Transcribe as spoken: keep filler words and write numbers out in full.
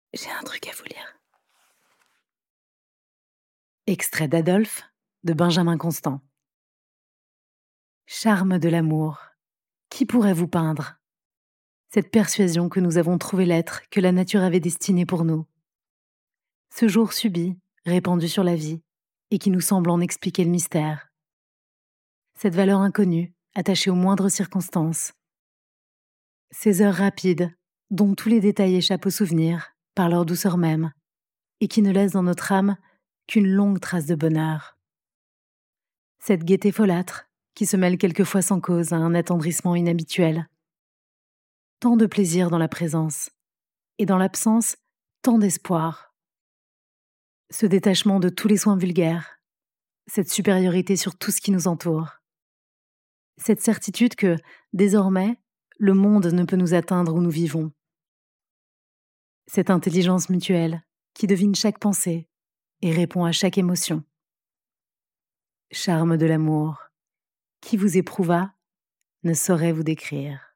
J'ai un truc à vous lire. Extrait d'Adolphe de Benjamin Constant. Charme de l'amour, qui pourrait vous peindre cette persuasion que nous avons trouvé l'être que la nature avait destiné pour nous? Ce jour subit, répandu sur la vie, et qui nous semble en expliquer le mystère. Cette valeur inconnue, attachée aux moindres circonstances. Ces heures rapides, dont tous les détails échappent au souvenir, par leur douceur même, et qui ne laissent dans notre âme qu'une longue trace de bonheur. Cette gaieté folâtre, qui se mêle quelquefois sans cause à un attendrissement inhabituel. Tant de plaisir dans la présence, et dans l'absence, tant d'espoir. Ce détachement de tous les soins vulgaires, cette supériorité sur tout ce qui nous entoure. Cette certitude que, désormais, le monde ne peut nous atteindre où nous vivons. Cette intelligence mutuelle qui devine chaque pensée et répond à chaque émotion. Charme de l'amour, qui vous éprouva, ne saurait vous décrire.